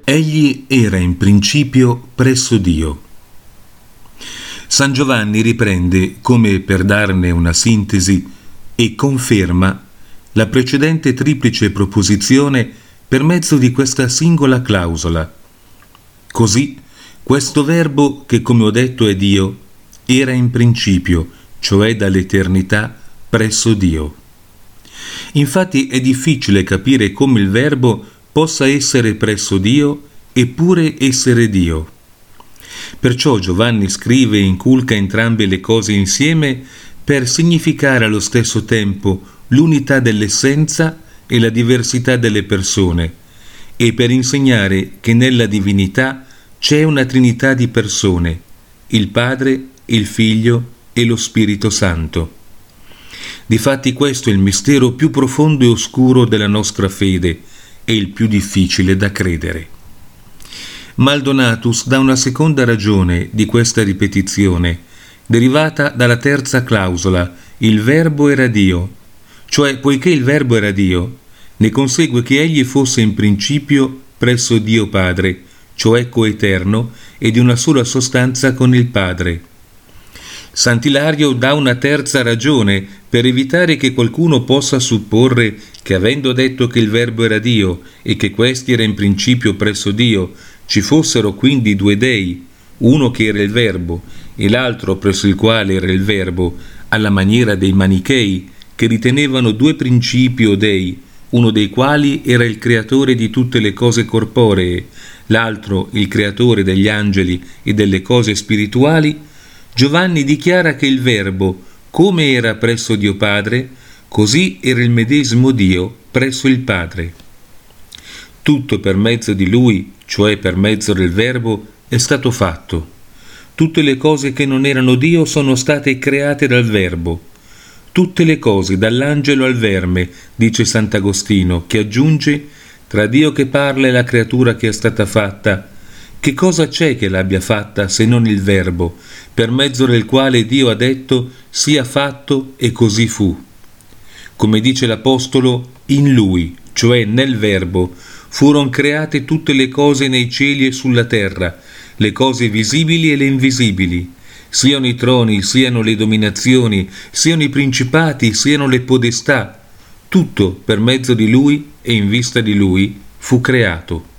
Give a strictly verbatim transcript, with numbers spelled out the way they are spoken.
Egli era in principio presso Dio. San Giovanni riprende, come per darne una sintesi, e conferma la precedente triplice proposizione per mezzo di questa singola clausola. Così, questo verbo, che come ho detto è Dio, era in principio, cioè dall'eternità, presso Dio. Infatti è difficile capire come il verbo possa essere presso Dio eppure essere Dio. Perciò Giovanni scrive e inculca entrambe le cose insieme per significare allo stesso tempo l'unità dell'essenza e la diversità delle persone, e per insegnare che nella divinità c'è una trinità di persone, il Padre, il Figlio e lo Spirito Santo. Difatti questo è il mistero più profondo e oscuro della nostra fede e il più difficile da credere. Maldonatus dà una seconda ragione di questa ripetizione, derivata dalla terza clausola, il Verbo era Dio, cioè poiché il Verbo era Dio, ne consegue che egli fosse in principio presso Dio Padre, cioè coeterno e di una sola sostanza con il Padre. Sant'Ilario dà una terza ragione per evitare che qualcuno possa supporre che, avendo detto che il Verbo era Dio e che questi era in principio presso Dio, ci fossero quindi due dei, uno che era il Verbo e l'altro presso il quale era il Verbo, alla maniera dei Manichei, che ritenevano due principi o dei, uno dei quali era il creatore di tutte le cose corporee, l'altro il creatore degli angeli e delle cose spirituali. Giovanni dichiara che il Verbo, come era presso Dio Padre, così era il medesimo Dio presso il Padre. Tutto per mezzo di Lui, cioè per mezzo del Verbo, è stato fatto. Tutte le cose che non erano Dio sono state create dal Verbo. Tutte le cose, dall'angelo al verme, dice Sant'Agostino, che aggiunge, tra Dio che parla e la creatura che è stata fatta, che cosa c'è che l'abbia fatta se non il Verbo, per mezzo del quale Dio ha detto sia fatto e così fu. Come dice l'Apostolo, in Lui, cioè nel Verbo, furono create tutte le cose nei cieli e sulla terra, le cose visibili e le invisibili, siano i troni, siano le dominazioni, siano i principati, siano le podestà. Tutto per mezzo di Lui e in vista di Lui fu creato.